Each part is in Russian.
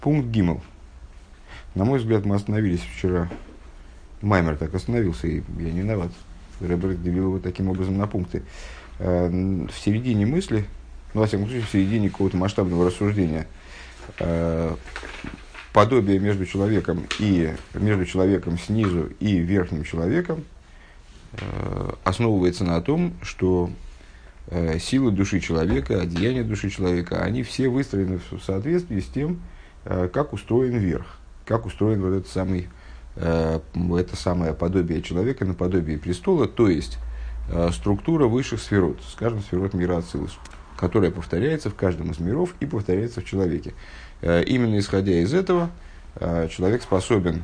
Пункт Гимл. На мой взгляд, мы остановились вчера. Маймер так остановился, и я не виноват. Рэбе разделил его таким образом на пункты. В середине мысли, ну, во всяком случае, в середине какого-то масштабного рассуждения, подобие между человеком снизу и верхним человеком основывается на том, что силы души человека, одеяния души человека, они все выстроены в соответствии с тем, как устроен верх, как устроен вот это самое подобие человека наподобие престола, то есть структура высших сферот, скажем, сферот мира Ацилус, которая повторяется в каждом из миров и повторяется в человеке. Именно исходя из этого, человек способен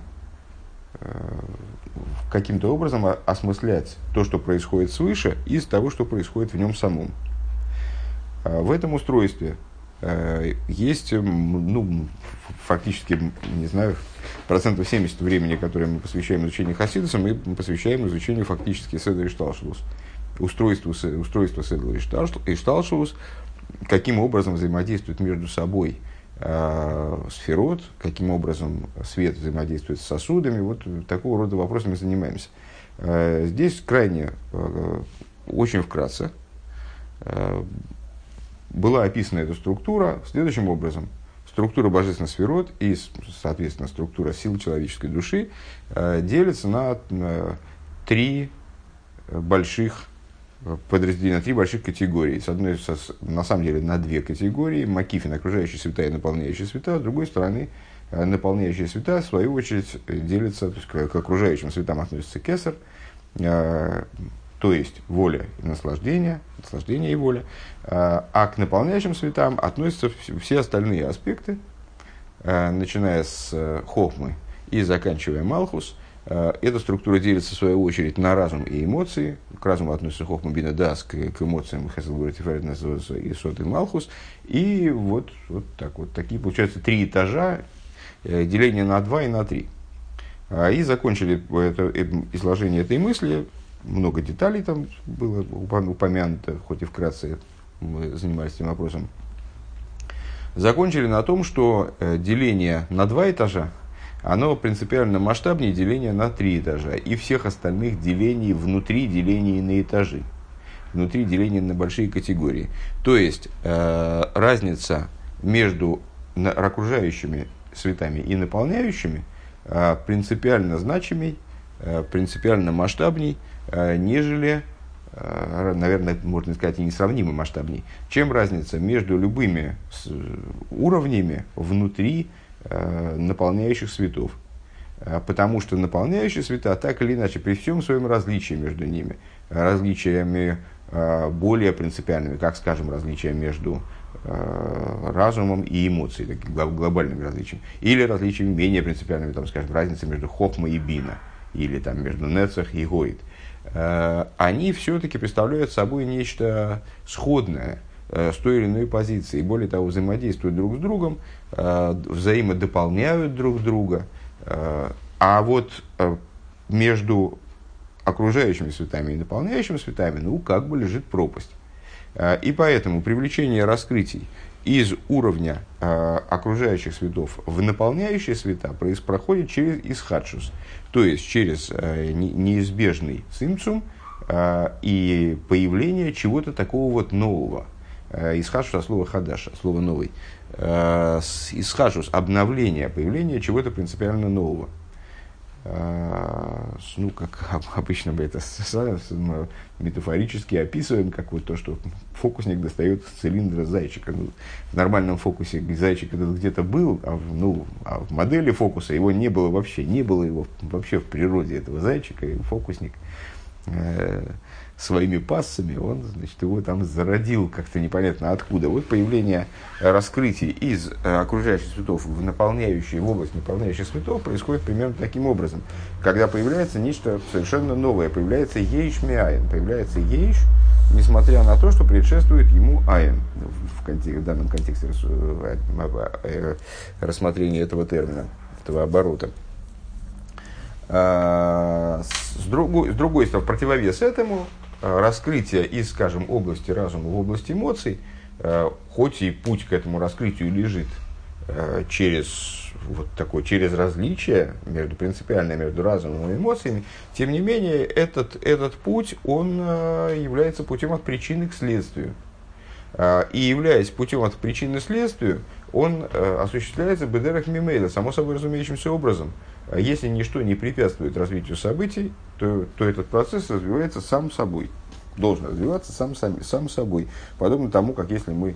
каким-то образом осмыслять то, что происходит свыше, из того, что происходит в нем самом. В этом устройстве есть, фактически, не знаю, 70% времени, которое мы посвящаем изучению Хасидуса, мы посвящаем изучению фактически Седер и Шталшелус, устройству Седер и Шталшелус, каким образом взаимодействуют между собой сферот, каким образом свет взаимодействует с сосудами. Вот такого рода вопросами занимаемся. Здесь крайне, очень вкратце, была описана эта структура следующим образом. Структура божественных сферот и, соответственно, структура сил человеческой души делится на три больших подразделения, на три больших категории. С одной, на самом деле, на две категории. Макифин, окружающие света и наполняющие света. С другой стороны, наполняющие света, в свою очередь, делятся, то есть, к окружающим светам относится кесар, то есть воля и наслаждение и воля, а к наполняющим светам относятся все остальные аспекты, начиная с хохмы и заканчивая малхус. Эта структура делится, в свою очередь, на разум и эмоции. К разуму относится хохма бина дас, к эмоциям хесед гвура тиферет и сот и малхус. И вот такие, получаются, три этажа, деление на 2 и на 3. И закончили изложение этой мысли. Много деталей там было упомянуто, хоть и вкратце мы занимались этим вопросом. Закончили на том, что деление на 2 этажа, оно принципиально масштабнее деления на 3 этажа и всех остальных делений внутри делений на этажи, внутри деления на большие категории. То есть разница между окружающими светами и наполняющими принципиально значимей, принципиально масштабней, нежели, наверное, можно сказать, и несравнимо масштабней, чем разница между любыми уровнями внутри наполняющих светов. Потому что наполняющие света, так или иначе, при всем своем различии между ними, различиями более принципиальными, как, скажем, различия между разумом и эмоцией, таким глобальным различием, или различиями менее принципиальными, там, скажем, разница между хохмой и бина, или там, между нецах и гоид, они все-таки представляют собой нечто сходное с той или иной позицией. Более того, взаимодействуют друг с другом, взаимодополняют друг друга. А вот между окружающими светами и наполняющими светами, как бы лежит пропасть. И поэтому привлечение раскрытий из уровня окружающих светов в наполняющие света проходит через исхадшус, то есть через неизбежный цимцум и появление чего-то такого вот нового. Исхадшус от слова хадаша, слово новый. Исхадшус — обновление, появление чего-то принципиально нового. Как обычно мы это метафорически описываем, как вот то, что фокусник достает с цилиндра зайчика. В нормальном фокусе зайчик этот где-то был, а в модели фокуса его не было вообще. Не было его вообще в природе, этого зайчика. И фокусник своими пассами, он, его там зародил как-то непонятно откуда. Вот появление раскрытий из окружающих светов в область наполняющих светов происходит примерно таким образом. Когда появляется нечто совершенно новое, появляется ейш миаин, появляется ейш, несмотря на то, что предшествует ему айн, в данном контексте рассмотрения этого термина, этого оборота. С другой стороны, в противовес этому, раскрытие из, скажем, области разума в область эмоций, хоть и путь к этому раскрытию лежит через различие принципиальное между разумом и эмоциями, тем не менее, этот путь, он является путем от причины к следствию. И являясь путем от причины к следствию, он осуществляется бедерах мимейла, само собой разумеющимся образом. Если ничто не препятствует развитию событий, то этот процесс развивается сам собой. Должен развиваться сам собой. Подобно тому, как если мы,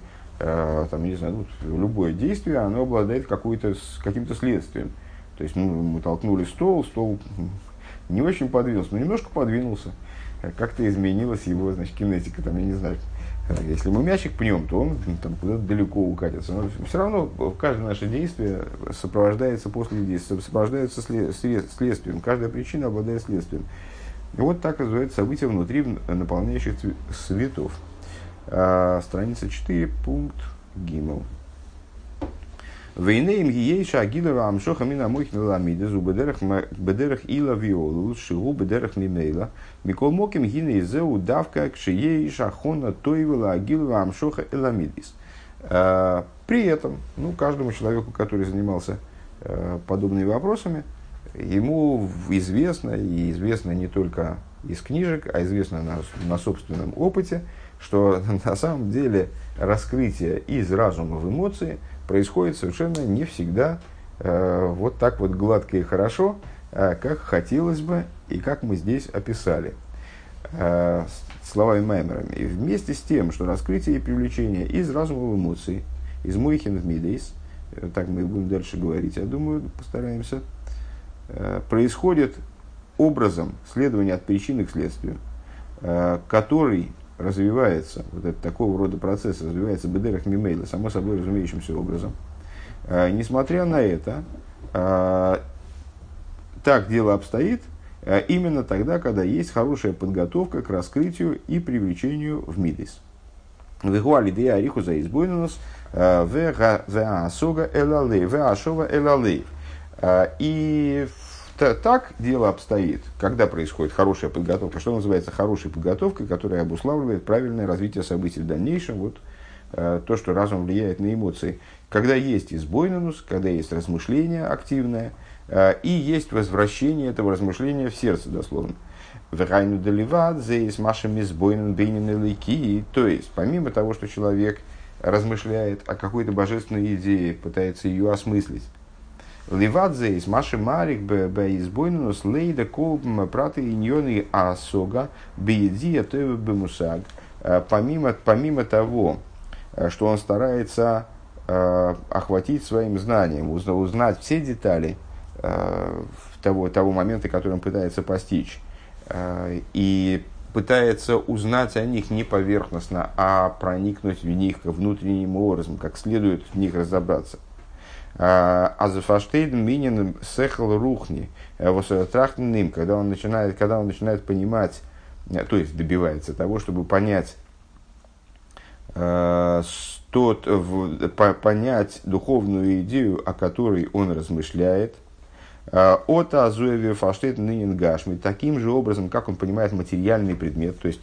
любое действие, оно обладает каким-то следствием. То есть мы толкнули стол не очень подвинулся, но немножко подвинулся. Как-то изменилась его кинетика, я не знаю. Если мы мячик пнем, то он куда-то далеко укатится. Но все равно каждое наше действие сопровождается следствием. Каждая причина обладает следствием. И вот так называется событие внутри наполняющих светов. Страница 4, пункт Гимл. Вейнеем гиейша агилова амшоха мина мойхна ламидезу бедерах ила виолу шигу бедерах мимейла микол моким гина изеу давка кшиейша хона тойвела агилова амшоха эламидис. При этом, каждому человеку, который занимался подобными вопросами, ему известно, и известно не только из книжек, а известно на собственном опыте, что на самом деле раскрытие из разума в эмоции происходит совершенно не всегда вот так вот гладко и хорошо, как хотелось бы и как мы здесь описали словами Маймерами. И вместе с тем, что раскрытие и привлечение из разума в эмоции, из мойхин в мидейс, так мы и будем дальше говорить, я думаю, постараемся, происходит образом следования от причины к следствию, который развивается, вот этот такого рода процесс развивается бедерах мимейла, само собой разумеющимся образом. Несмотря на это, так дело обстоит именно тогда, когда есть хорошая подготовка к раскрытию и привлечению в мидейс. Вегуали де ариху за избойнус веасога элалей веашова элалей. И так дело обстоит, когда происходит хорошая подготовка. Что называется хорошей подготовкой, которая обуславливает правильное развитие событий в дальнейшем, то, что разум влияет на эмоции. Когда есть избойнус, когда есть размышление активное, и есть возвращение этого размышления в сердце, дословно. То есть, помимо того, что человек размышляет о какой-то божественной идее, пытается ее осмыслить, Ливадзе из Маши Марик б избойнус лейда колб праты иньоны асога беедия теве бемусаг. Помимо того, что он старается охватить своим знанием, узнать все детали того момента, который он пытается постичь, и пытается узнать о них не поверхностно, а проникнуть в них внутренним образом, как следует в них разобраться. Азефаштейн минин сехал рухни трахтным, когда он начинает понимать, то есть добивается того, чтобы понять духовную идею, о которой он размышляет, от азуэви фаштейн минин гашми, таким же образом, как он понимает материальный предмет, то есть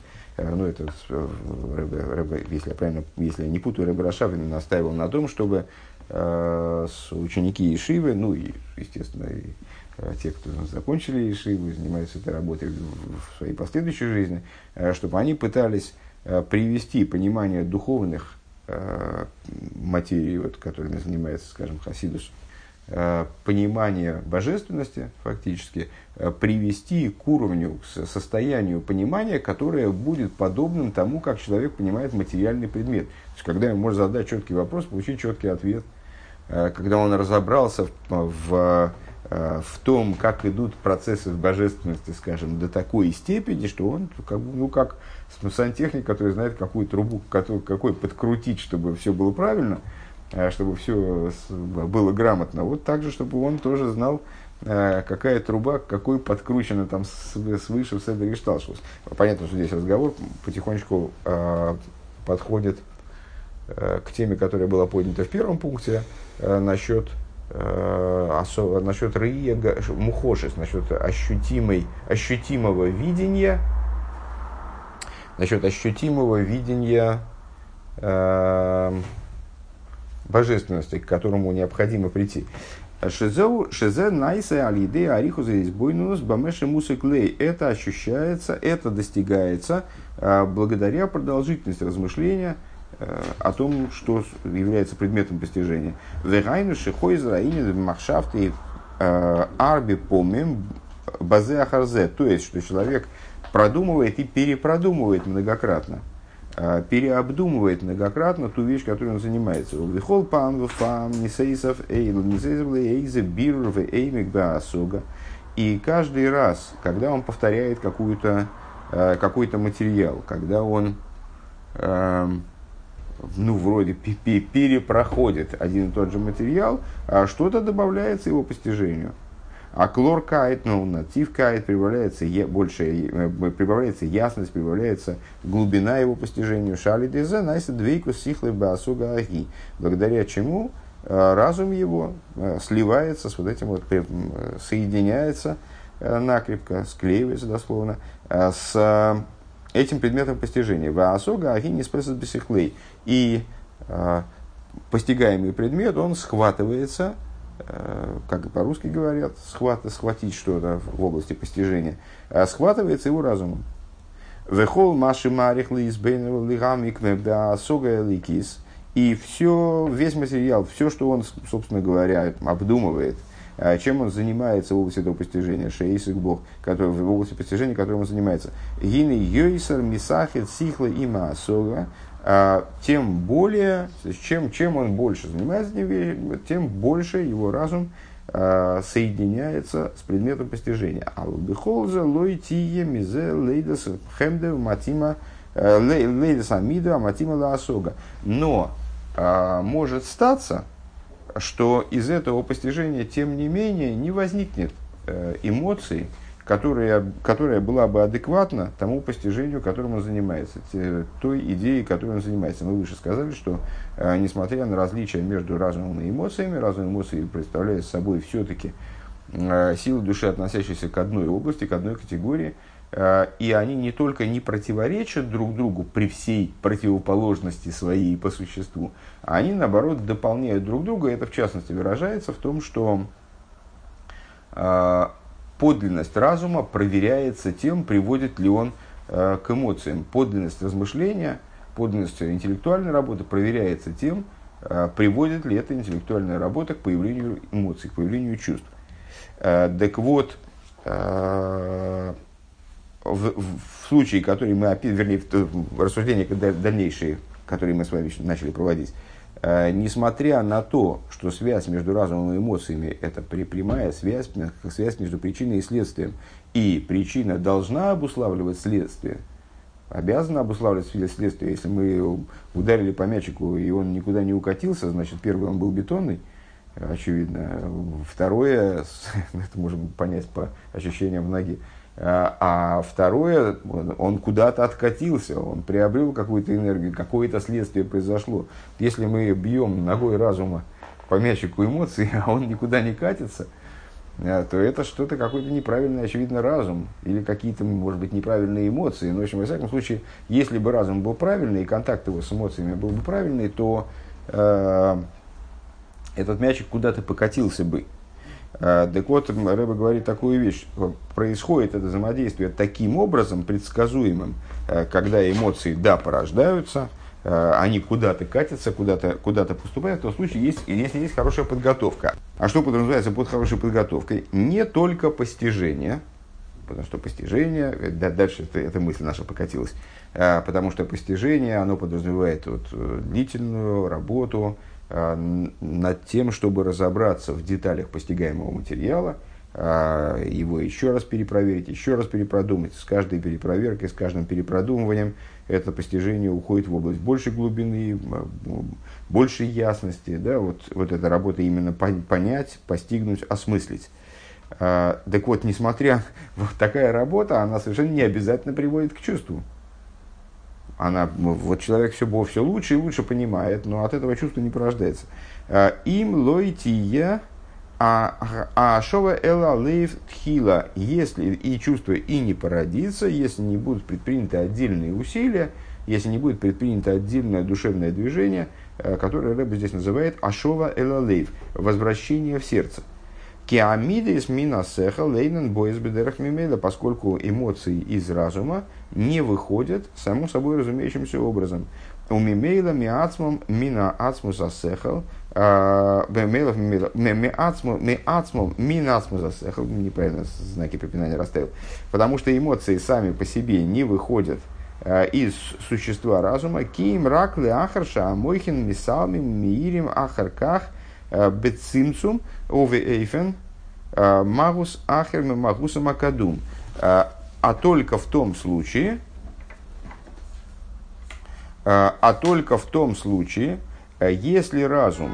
если я не путаю, Ребе Рашавин настаивал на том, чтобы ученики Ешивы, и, естественно, и те, кто закончили Ешиву, занимаются этой работой в своей последующей жизни, чтобы они пытались привести понимание духовных материй, которыми занимается, скажем, Хасидус, понимание божественности, фактически, привести к уровню, к состоянию понимания, которое будет подобным тому, как человек понимает материальный предмет. То есть, когда ему можно задать четкий вопрос, получить четкий ответ. Когда он разобрался в том, как идут процессы в божественности, скажем, до такой степени, что он как сантехник, который знает, какую трубу, какой подкрутить, чтобы все было правильно, чтобы все было грамотно. Вот так же, чтобы он тоже знал, какая труба, какой подкручена там свыше в Седер Ишталшус. Понятно, что здесь разговор потихонечку подходит к теме, которая была поднята в первом пункте, насчет рия мухошис, насчет ощутимого видения, божественности, к которому необходимо прийти. Шезе найсе алиде арихуза избойнус бамеши мусыклей. Это ощущается, это достигается благодаря продолжительности размышления о том, что является предметом постижения. Вегайну шихой зраини махшафты арби помим базе ахарзе. То есть, что человек продумывает и перепродумывает многократно, переобдумывает многократно ту вещь, которой он занимается. И каждый раз, когда он повторяет какой-то материал, когда он вроде перепроходит один и тот же материал, что-то добавляется его постижению. А клор-кайт, натив-кайт, прибавляется ясность, прибавляется глубина его постижению. Шалидезе найса двейку сихлы баасуга аги. Благодаря чему разум его сливается с вот этим вот, соединяется накрепко, склеивается дословно с этим предметом постижения. Баасуга аги не спресс бесихлей. И постигаемый предмет, он схватывается, как и по-русски говорят, схватить что-то в области постижения, схватывается его разумом. Вехол маши марихли избейнова лигамик мебда сога ликис. И весь материал, все, что он, собственно говоря, обдумывает, чем он занимается в области этого постижения, шеисик Бог, в области постижения, которым он занимается. Гины йойсар мисахет сихла има сога. Тем более, чем он больше занимается, тем больше его разум соединяется с предметом постижения. Албихолза лойтие мизе лейдас хемде матима лейдас амида матима лаасога. Но может статься, что из этого постижения, тем не менее, не возникнет эмоции, которая была бы адекватна тому постижению, которым он занимается, той идее, которой он занимается. Мы выше сказали, что несмотря на различия между разумом и эмоциями, разум и эмоции представляют собой все-таки силы души, относящиеся к одной области, к одной категории, и они не только не противоречат друг другу при всей противоположности своей по существу, а они, наоборот, дополняют друг друга. Это, в частности, выражается в том, что подлинность разума проверяется тем, приводит ли он к эмоциям. Подлинность размышления, подлинность интеллектуальной работы проверяется тем, приводит ли эта интеллектуальная работа к появлению эмоций, к появлению чувств. Так вот, в случае, который мы, вернее, в рассуждениях дальнейшие, которые мы с вами начали проводить, несмотря на то, что связь между разумом и эмоциями – это прямая связь между причиной и следствием, и причина должна обуславливать следствие, обязана обуславливать следствие. Если мы ударили по мячику, и он никуда не укатился, значит, первый он был бетонный, очевидно. Второе, это можно понять по ощущениям в ноге, а второе, он куда-то откатился, он приобрел какую-то энергию, какое-то следствие произошло. Если мы бьем ногой разума по мячику эмоций, а он никуда не катится, то это что-то, какой-то неправильный, очевидно, разум. Или какие-то, может быть, неправильные эмоции. Но, в общем, во всяком случае, если бы разум был правильный, и контакт его с эмоциями был бы правильный, то этот мячик куда-то покатился бы. Так вот, Рэбе говорит такую вещь. Происходит это взаимодействие таким образом, предсказуемым, когда эмоции, порождаются, они куда-то катятся, куда-то поступают, в том случае, если есть хорошая подготовка. А что подразумевается под хорошей подготовкой? Не только постижение, потому что постижение, дальше эта мысль наша покатилась, потому что постижение, оно подразумевает длительную работу над тем, чтобы разобраться в деталях постигаемого материала, его еще раз перепроверить, еще раз перепродумать. С каждой перепроверкой, с каждым перепродумыванием это постижение уходит в область большей глубины, большей ясности. Да? Вот эта работа именно понять, постигнуть, осмыслить. Так вот, несмотря вот такая работа, она совершенно не обязательно приводит к чувству. Человек все лучше и лучше понимает, но от этого чувства не порождается. Им лойтия ашова эла лейв тхила. Если и чувство и не породится, если не будут предприняты отдельные усилия, если не будет предпринято отдельное душевное движение, которое Рэбе здесь называет «ашова элалейв» – возвращение в сердце. Киамидис мина сеха лейнен боис бедерах мимейда, поскольку эмоции из разума не выходят само собой разумеющимся образом. У мимейла миацмом мина ацмус асехал, миацмом мина ацмус асехал, неправильно знаки препинания расставил, потому что эмоции сами по себе не выходят из существа разума. Киим рак ле ахарша амойхин мисалми миирим ахарках бецимцум ове эйфен магус ахер магусам акадум. А только в том случае, если разум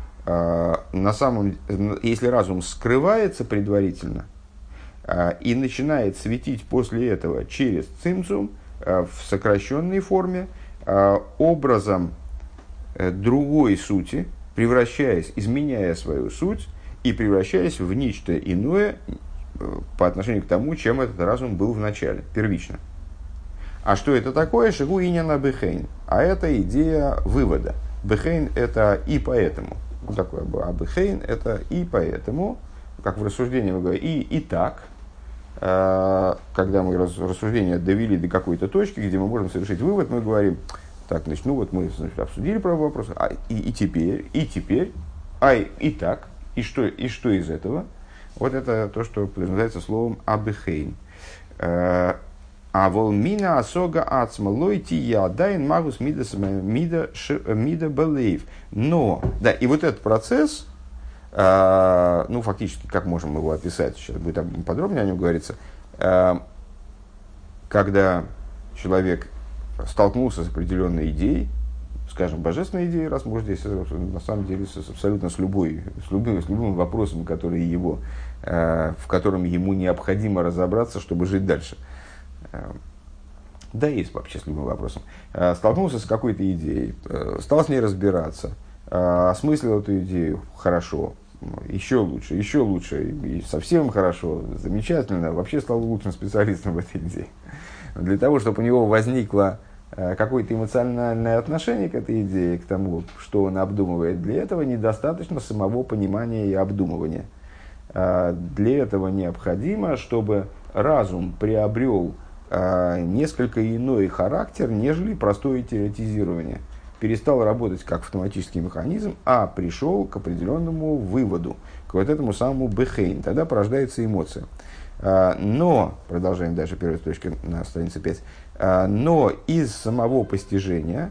если разум скрывается предварительно и начинает светить после этого через цимцум в сокращенной форме образом другой сути, превращаясь, изменяя свою суть и превращаясь в нечто иное по отношению к тому, чем этот разум был в начале, первично. А что это такое? Шигу иняна бехейн. А это идея вывода. Бехейн – это и поэтому. Вот такое было. А бехейн – это и поэтому, как в рассуждении мы говорим, и так. Когда мы рассуждения довели до какой-то точки, где мы можем совершить вывод, мы говорим, так, значит, ну вот мы обсудили правовой вопрос, и теперь, и так, и что из этого? Вот это то, что называется словом абехейн. А волмина асога ацма лойти я дайн магус мида белейв. Но, да, и вот этот процесс, ну, фактически, как можем его описать, сейчас будет подробнее о нем говориться, когда человек столкнулся с определенной идеей, скажем, божественной идеей, раз мы здесь, на самом деле, абсолютно с любым вопросом, в котором ему необходимо разобраться, чтобы жить дальше. Да, есть вообще с любым вопросом. Столкнулся с какой-то идеей, стал с ней разбираться, осмыслил эту идею хорошо, еще лучше, и совсем хорошо, замечательно, вообще стал лучшим специалистом в этой идее. Для того, чтобы у него возникло какое-то эмоциональное отношение к этой идее, к тому, что он обдумывает, для этого недостаточно самого понимания и обдумывания. Для этого необходимо, чтобы разум приобрел несколько иной характер, нежели простое теоретизирование. Перестал работать как автоматический механизм, а пришел к определенному выводу, к вот этому самому бехейн. Тогда порождается эмоция. Но, продолжаем дальше, первая строчка на странице 5, но из самого постижения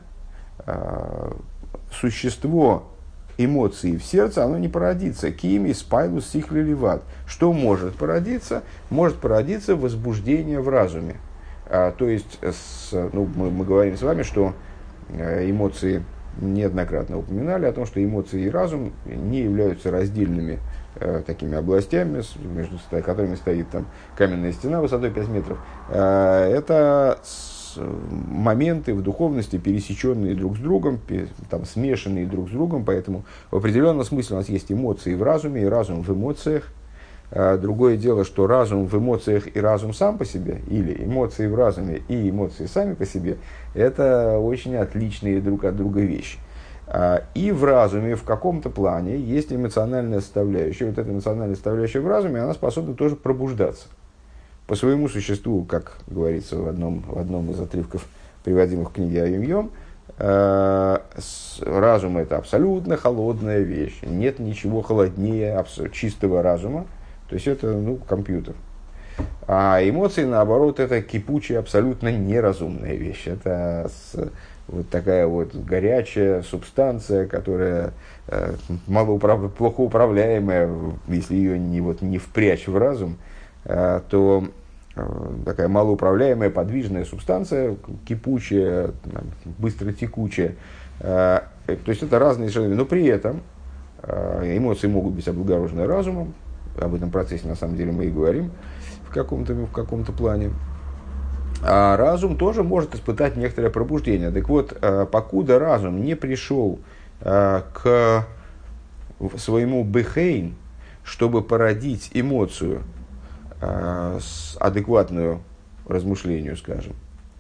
существо эмоции в сердце, оно не породится. Кими, спайлус, сихли, ливат. Что может породиться? Может породиться возбуждение в разуме. То есть, мы говорим с вами, что эмоции, неоднократно упоминали о том, что эмоции и разум не являются раздельными такими областями, между которыми стоит там каменная стена высотой 5 метров. Это моменты в духовности, пересеченные друг с другом, там, смешанные друг с другом, поэтому в определенном смысле у нас есть эмоции в разуме и разум в эмоциях. Другое дело, что разум в эмоциях и разум сам по себе, или эмоции в разуме и эмоции сами по себе, это очень отличные друг от друга вещи. И в разуме в каком-то плане есть эмоциональная составляющая. Вот эта эмоциональная составляющая в разуме, она способна тоже пробуждаться. По своему существу, как говорится в одном из отрывков, приводимых в книге Айом-Йом, разум – это абсолютно холодная вещь. Нет ничего холоднее чистого разума. То есть это компьютер. А эмоции, наоборот, это кипучая, абсолютно неразумная вещь. Это вот такая вот горячая субстанция, которая плохо управляемая, если ее не впрячь в разум, то такая малоуправляемая подвижная субстанция, кипучая, быстро текучая. То есть это разные совершенно. Но при этом эмоции могут быть облагорожены разумом. Об этом процессе, на самом деле, мы и говорим в каком-то плане. А разум тоже может испытать некоторое пробуждение. Так вот, покуда разум не пришел к своему бехейн, чтобы породить эмоцию, адекватную размышлению, скажем,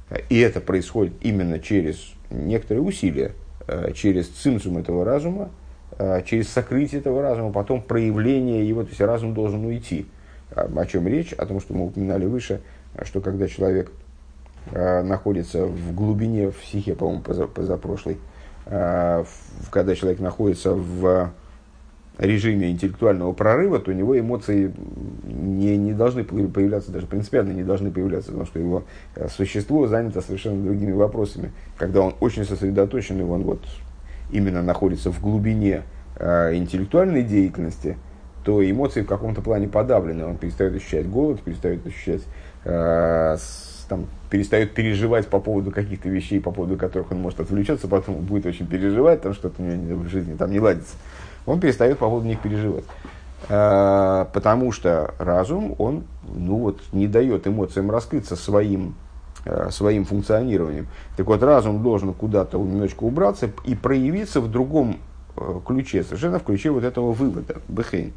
И это происходит именно через некоторые усилия, через цимсум этого разума, через сокрытие этого разума, потом проявление его, то есть разум должен уйти. О чем речь? О том, что мы упоминали выше, что когда человек находится в глубине, в психе, по-моему, позапрошлой, когда человек находится в режиме интеллектуального прорыва, то у него эмоции не должны появляться, даже принципиально не должны появляться, потому что его существо занято совершенно другими вопросами. Когда он очень сосредоточен, и он вот именно находится в глубине интеллектуальной деятельности, то эмоции в каком-то плане подавлены. Он перестает ощущать голод, перестает ощущать, перестает переживать по поводу каких-то вещей, по поводу которых он может отвлечься, потом будет очень переживать, там что-то у него в жизни там не ладится. Он перестает по поводу них переживать. Потому что разум, он не дает эмоциям раскрыться своим функционированием. Так вот, разум должен куда-то немножечко убраться и проявиться в другом ключе, совершенно в ключе вот этого вывода, бехейн.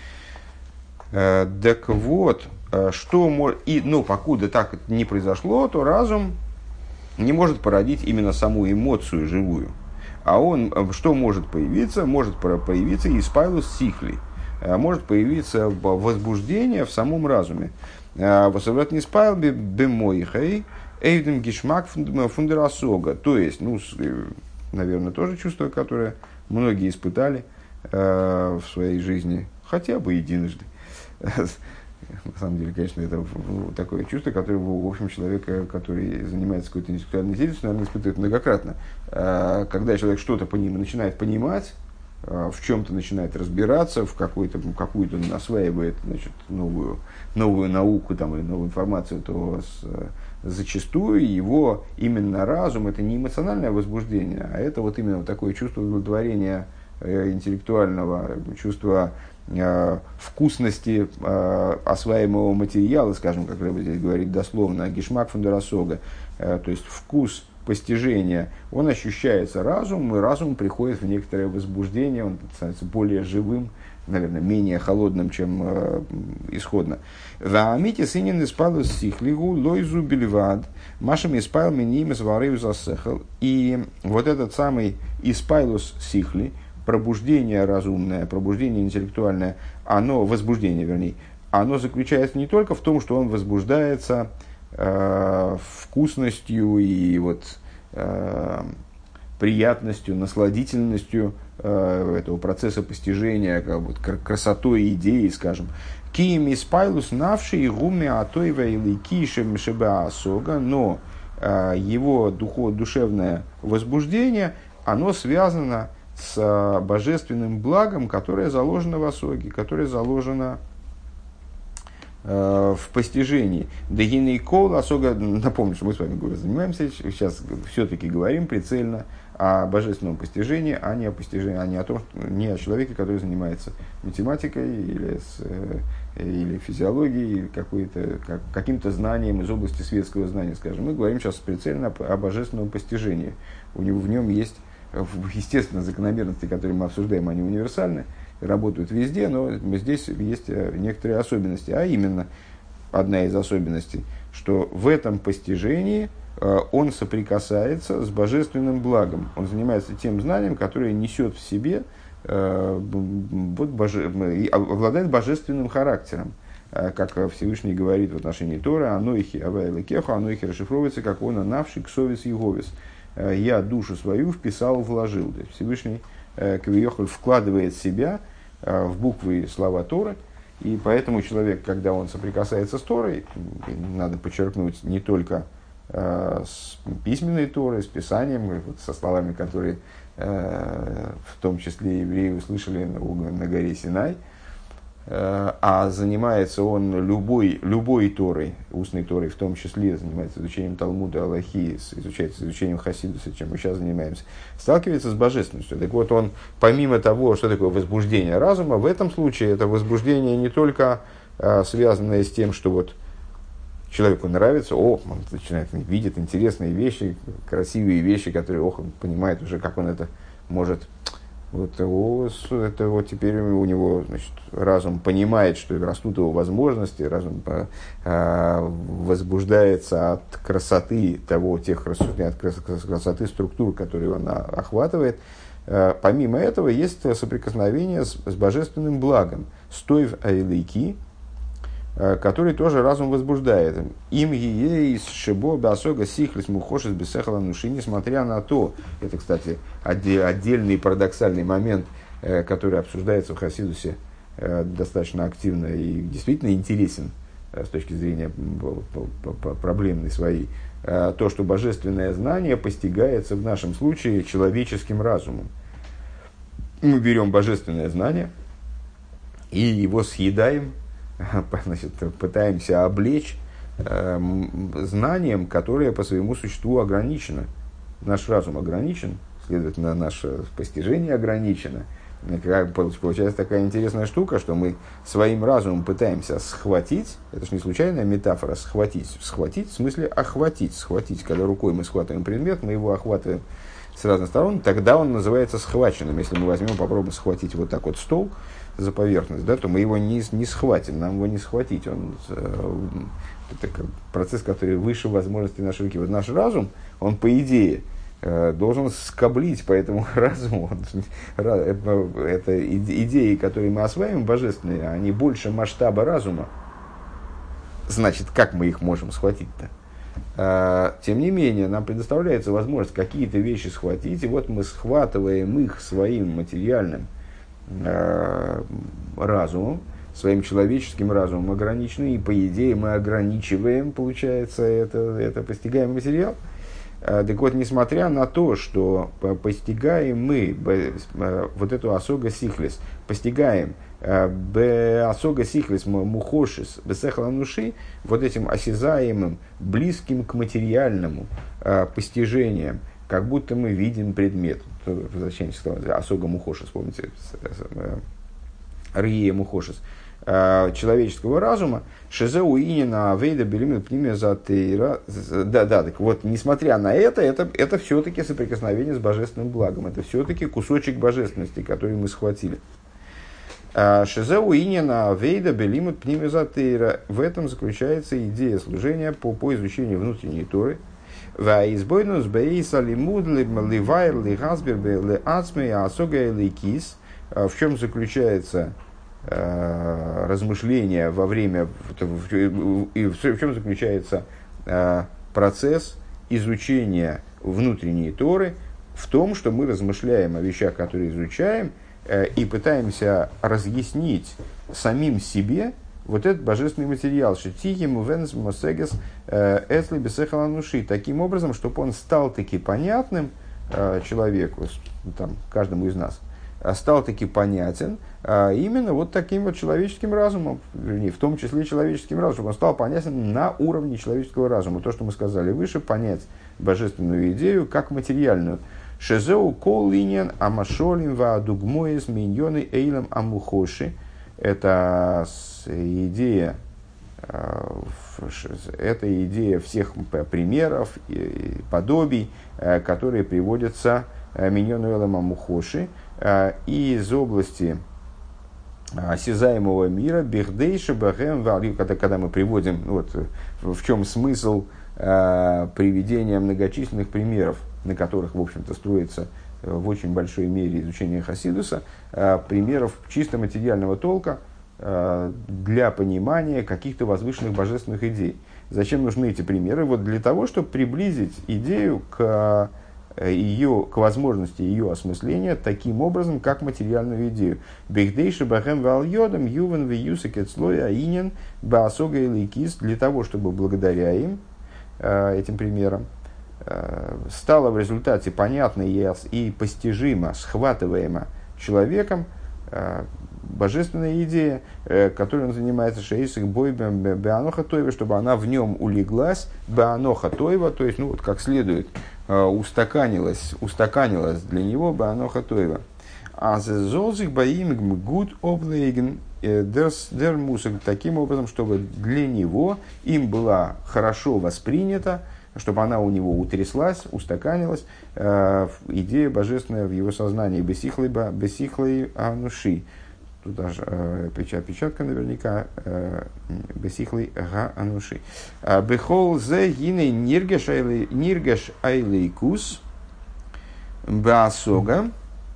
Так вот, покуда так не произошло, то разум не может породить именно саму эмоцию живую. А он, что может появиться? Может появиться испайлус сихли. Может появиться возбуждение в самом разуме. Восовлет не спайл бемойхей эйдем гишмак фундерасога. То есть, наверное, тоже чувство, которое многие испытали в своей жизни хотя бы единожды. На самом деле, конечно, это такое чувство, которое, в общем, человек, который занимается какой-то интеллектуальной деятельностью, наверное, испытывает многократно. Когда человек что-то начинает понимать, в чем-то начинает разбираться, в какую-то осваивает, значит, новую науку там, или новую информацию, то зачастую его именно разум — это не эмоциональное возбуждение, а это вот именно такое чувство удовлетворения интеллектуального, чувство вкусности осваиваемого материала, скажем, как Рэбе здесь говорит дословно, гишмак фундерасога, то есть вкус постижения, он ощущается разумом, и разум приходит в некоторое возбуждение, он становится более живым, наверное, менее холодным, чем исходно. Ваамити синин испалус сихлигу лойзу бельвад, машем испайл миним из варыю засехал. И вот этот самый испайлус сихли, пробуждение разумное, пробуждение интеллектуальное, возбуждение, вернее, оно заключается не только в том, что он возбуждается вкусностью и приятностью, насладительностью этого процесса постижения, красотой идеи, скажем. Киим испайлус навший гуми атоева или кишем шеба асога, но его душевное возбуждение, оно связано с божественным благом, которое заложено в осоге, которое заложено в постижении. Дагиней кол осога, напомню, что мы с вами занимаемся, сейчас все-таки говорим прицельно о божественном постижении, а не о постижении, не о человеке, который занимается математикой или физиологией, или каким-то знанием из области светского знания, скажем. Мы говорим сейчас прицельно о божественном постижении. В нем есть, естественно, закономерности, которые мы обсуждаем, они универсальны, работают везде, но здесь есть некоторые особенности. А именно, одна из особенностей, что в этом постижении он соприкасается с божественным благом. Он занимается тем знанием, которое несет в себе, обладает божественным характером. Как Всевышний говорит в отношении Торы, «Анойхи авайлакеху», «Анойхи» расшифровывается как «Он анавший ксовис еговис». «Я душу свою вписал, вложил». То есть Всевышний кавиохоль вкладывает себя в буквы и слова Торы, и поэтому человек, когда он соприкасается с Торой, надо подчеркнуть, не только с письменной Торой, с Писанием, со словами, которые в том числе евреи услышали на горе Синай, а занимается он любой Торой, устной Торой, в том числе занимается изучением Талмуда, Аллахи, изучением Хасидуса, чем мы сейчас занимаемся, сталкивается с божественностью. Так вот, он, помимо того, что такое возбуждение разума, в этом случае это возбуждение не только связанное с тем, что вот человеку нравится, он начинает видеть интересные вещи, красивые вещи, которые, он понимает уже, как он это может Это вот теперь у него, значит, разум понимает, что растут его возможности, разум возбуждается от красоты тех рассуждений, от красоты структур, которые он охватывает. Помимо этого, есть соприкосновение с божественным благом, стойв айлики, который тоже разум возбуждает. Им из шибо басога сихлис мухошис бесехала нуши, несмотря на то, это, кстати, отдельный парадоксальный момент, который обсуждается в Хасидусе достаточно активно и действительно интересен с точки зрения проблемной своей, то, что божественное знание постигается в нашем случае человеческим разумом. Мы берем божественное знание и его съедаем, значит, пытаемся облечь знанием, которое по своему существу ограничено. Наш разум ограничен, следовательно, наше постижение ограничено. Получается такая интересная штука, что мы своим разумом пытаемся схватить, это же не случайная метафора, схватить в смысле схватить. Когда рукой мы схватываем предмет, мы его охватываем с разных сторон, тогда он называется схваченным. Если мы возьмем, попробуем схватить вот так вот стол за поверхность, да, то мы его не схватим, нам его не схватить. Это процесс, который выше возможностей нашей руки. Вот наш разум, он по идее должен скоблить по этому разуму. Это идеи, которые мы осваиваем, божественные, они больше масштаба разума. Значит, как мы их можем схватить-то? Тем не менее, нам предоставляется возможность какие-то вещи схватить, и вот мы схватываем их своим материальным разумом, своим человеческим разумом ограниченным, и по идее мы ограничиваем, получается, это постигаемый материал. Так вот, несмотря на то, что постигаем мы вот эту асога сихлес, постигаем асога сихлес мухошис бесехала нуши, вот этим осязаемым, близким к материальному постижением, как будто мы видим предмет. Возвращаемся к асога мухошис, помните, рие мухошис, человеческого разума, шизеу инина авейда белимин пнимия затейра. Да, так вот, несмотря на это все-таки соприкосновение с божественным благом, это все-таки кусочек божественности, который мы схватили. Шизеу инина авейда белимин пнимия затейра. В этом заключается идея служения по изучению внутренней Торы. Ваизбойнус бейса лимуд ливайр лигасбер ле ацмей асога ликис. В чем заключается размышления во время, и в чем заключается процесс изучения внутренней Торы, в том, что мы размышляем о вещах, которые изучаем, и пытаемся разъяснить самим себе вот этот божественный материал, таким образом, чтобы он стал таки понятным человеку, каждому из нас, стал таки понятен именно вот таким вот человеческим разумом, вернее, в том числе человеческим разумом, чтобы он стал понятен на уровне человеческого разума. То, что мы сказали выше, понять божественную идею как материальную. Шезеу кол линьян амашолим ваадугмоис миньоны эйлам амухоши. Это идея всех примеров и подобий, которые приводятся миньону эйлам амухоши из области осязаемого мира, бихдейши бахем вали, когда мы приводим, вот, в чем смысл приведения многочисленных примеров, на которых, в общем-то, строится в очень большой мере изучение Хасидуса, примеров чисто материального толка для понимания каких-то возвышенных божественных идей. Зачем нужны эти примеры? Вот для того, чтобы приблизить идею к возможности ее осмысления таким образом, как материальную идею. Бехдейши бахем вальодам ювен виюсакет слоя инин баасога и лейкис, для того, чтобы благодаря им, этим примерам, стало в результате понятно и постижимо, схватываемо человеком божественная идея, которой он занимается, шейсик бойбем беаноха тойва, чтобы она в нем улеглась, беаноха тойва, то есть, ну, вот как следует, устаканилась для него беаноха тойва. А золзик баим гуд облейген дер мусак, таким образом, чтобы для него им была хорошо воспринята чтобы она у него утряслась, устаканилась, идея божественная в его сознании, бесихлой ануши. Тут даже опечатка наверняка, бесихлой га ануши. Бехол зе гиней ниргаш айлейкус баасога.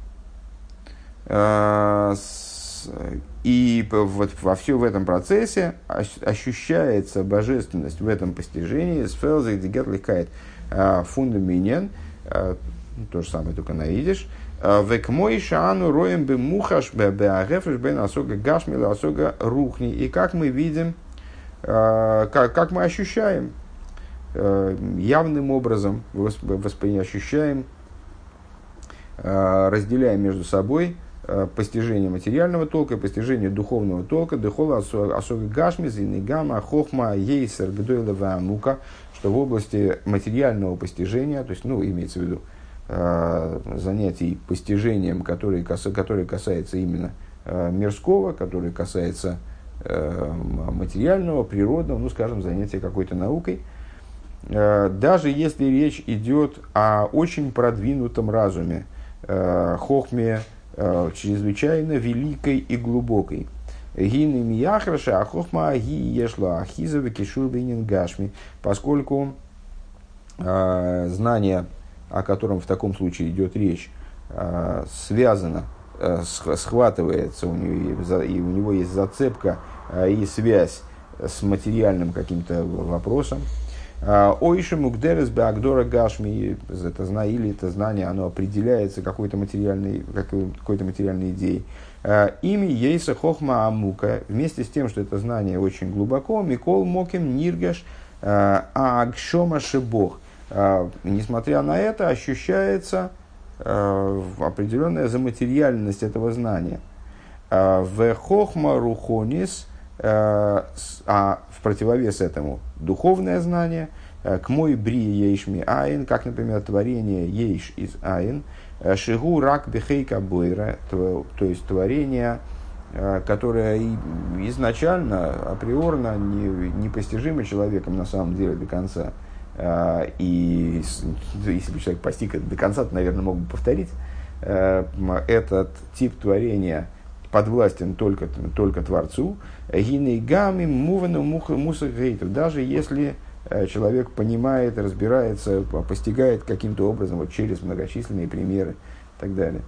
И вот во всем в этом процессе ощущается божественность в этом постижении с фелзой дигетликает фундаментен, то же самое, только на идиш. Век мой шану роем бы мухаш бы агефеш бен асога гашмила асога рухни. И как мы видим, как мы ощущаем явным образом, ощущаем, разделяем между собой постижение материального толка и постижение духовного толка, дехола асога гашмиз и негама хохма ейсер гдойлева амука, что в области материального постижения, то есть, имеется в виду занятий постижением, которые касается именно мирского, которые касается материального, природного, скажем, занятия какой-то наукой, даже если речь идет о очень продвинутом разуме, хохме, чрезвычайно великой и глубокой. Гинами яхраша, а хохма ги ешла ахизовы кишурбинин гашми, поскольку знание, о котором в таком случае идет речь, связано, схватывается, у него есть зацепка и связь с материальным каким-то вопросом. Ойши мукдерес беагдора гашми, это знание, оно определяется какой-то материальной идеей. Ими ейса хохма амука, вместе с тем, что это знание очень глубоко, микол моким ниргаш агшома шибох. Несмотря на это, ощущается определенная заматериальность этого знания. В хохма рухонис, а в противовес этому духовное знание, к мой бри ейшми айн, как, например, творение ейш из айн, шигу рак бехейка бойра, то есть творение, которое изначально, априорно непостижимо человеком на самом деле до конца. И если бы человек постиг это до конца, то, наверное, мог бы повторить. Этот тип творения подвластен только Творцу. Гинейгами мувану мусагейтов. Даже если человек понимает, разбирается, постигает каким-то образом через многочисленные примеры и так далее,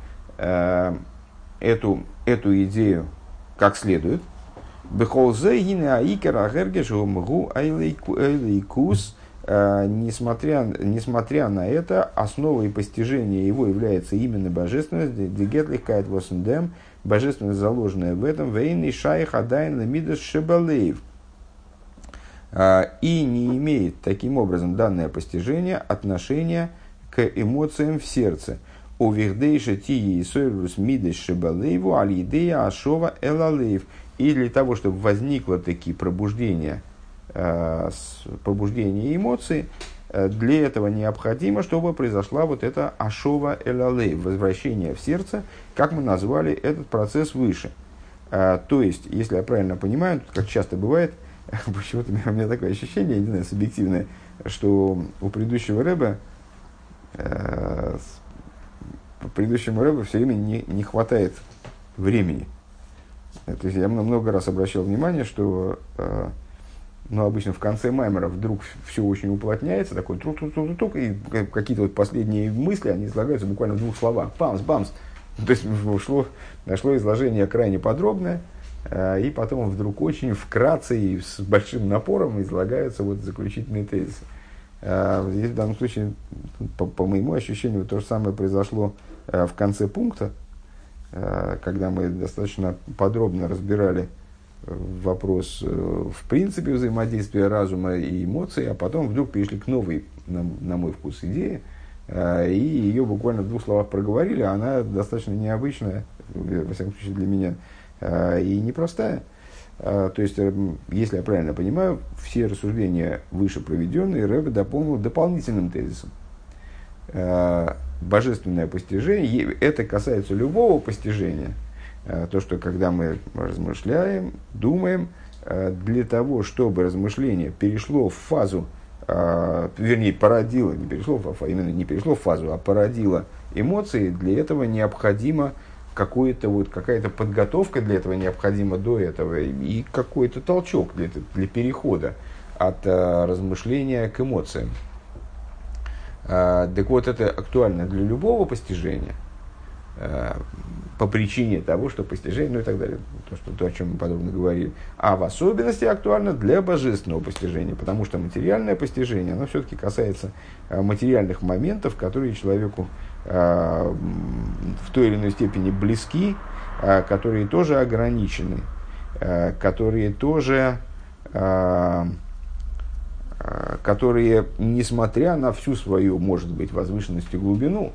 эту идею как следует. Бехолзе гине аикер агергеш умгу айлейкус. Несмотря на это, основой постижения его является именно божественность, дигетлихкайт восендем, божественность, заложенная в этом, вейный шайх адайн лемидас шебалеев. И не имеет таким образом данное постижение отношения к эмоциям в сердце. У вихдейша тии и сойрус мидас шебалееву аль-идея ашова элалеев. И для того, чтобы возникло такие пробуждения эмоций, для этого необходимо, чтобы произошла вот эта ашова элалей, возвращение в сердце, как мы назвали этот процесс выше. То есть, если я правильно понимаю, как часто бывает, почему-то у меня такое ощущение, не знаю, субъективное, что у предыдущего рэба все время не хватает времени. То есть, я много раз обращал внимание, что обычно в конце маймера вдруг все очень уплотняется, такой тук-тук-тук-тук, и какие-то вот последние мысли, они излагаются буквально в двух словах. Бамс-бамс. То есть нашло изложение крайне подробное, и потом вдруг очень вкратце и с большим напором излагаются вот заключительные тезисы. Здесь в данном случае, по моему ощущению, то же самое произошло в конце пункта, когда мы достаточно подробно разбирали вопрос в принципе взаимодействия разума и эмоций, а потом вдруг перешли к новой, на мой вкус, идее, и ее буквально в двух словах проговорили. Она достаточно необычная, во всяком случае для меня, и непростая. То есть, если я правильно понимаю, все рассуждения выше проведенные Рэбе дополнил дополнительным тезисом. Божественное постижение, это касается любого постижения. То, что когда мы размышляем, думаем, для того, чтобы размышление перешло в фазу вернее, породила, не перешло именно не перешло в фазу, а породила эмоции, для этого необходимо какая-то подготовка для этого необходима до этого и какой-то толчок для перехода от размышления к эмоциям. Так вот, это актуально для любого постижения, по причине того, что постижение, ну и так далее, то, о чем мы подробно говорили, а в особенности актуально для божественного постижения, потому что материальное постижение, оно все-таки касается материальных моментов, которые человеку в той или иной степени близки, которые тоже ограничены, которые тоже, которые, несмотря на всю свою, может быть, возвышенность и глубину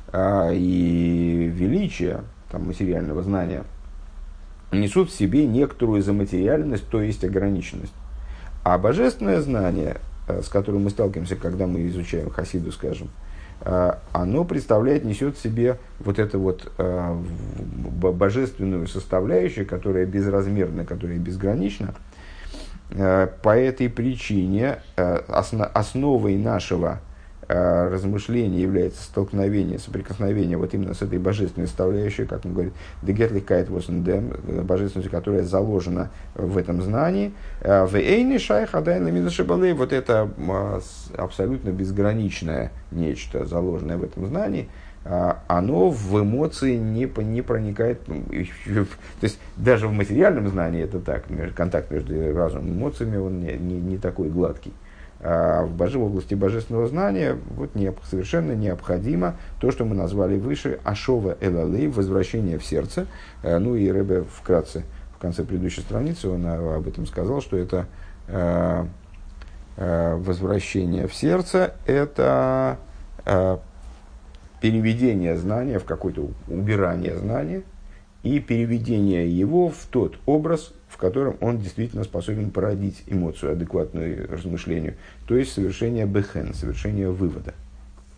и величие там, материального знания, несут в себе некоторую заматериальность, то есть ограниченность. А божественное знание, с которым мы сталкиваемся, когда мы изучаем Хасиду, скажем, оно несет в себе вот эту вот божественную составляющую, которая безразмерна, которая безгранична. По этой причине основой нашего размышления является столкновение, соприкосновение вот именно с этой божественной составляющей, как он говорит, «Дегетлихкайт восендем», божественность, которая заложена в этом знании. «Вэйни шайх адайн ламидашибалей», вот это абсолютно безграничное нечто, заложенное в этом знании, оно в эмоции не проникает. То есть даже в материальном знании это так, контакт между разумом и эмоциями он не такой гладкий. А в области божественного знания совершенно необходимо то, что мы назвали выше ашова элалей, возвращение в сердце. Ну и Ребе вкратце в конце предыдущей страницы он об этом сказал, что это возвращение в сердце, это переведение знания в какое-то убирание знания и переведение его в тот образ, в котором он действительно способен породить эмоцию, адекватную размышлению, то есть совершение бехен, совершение вывода.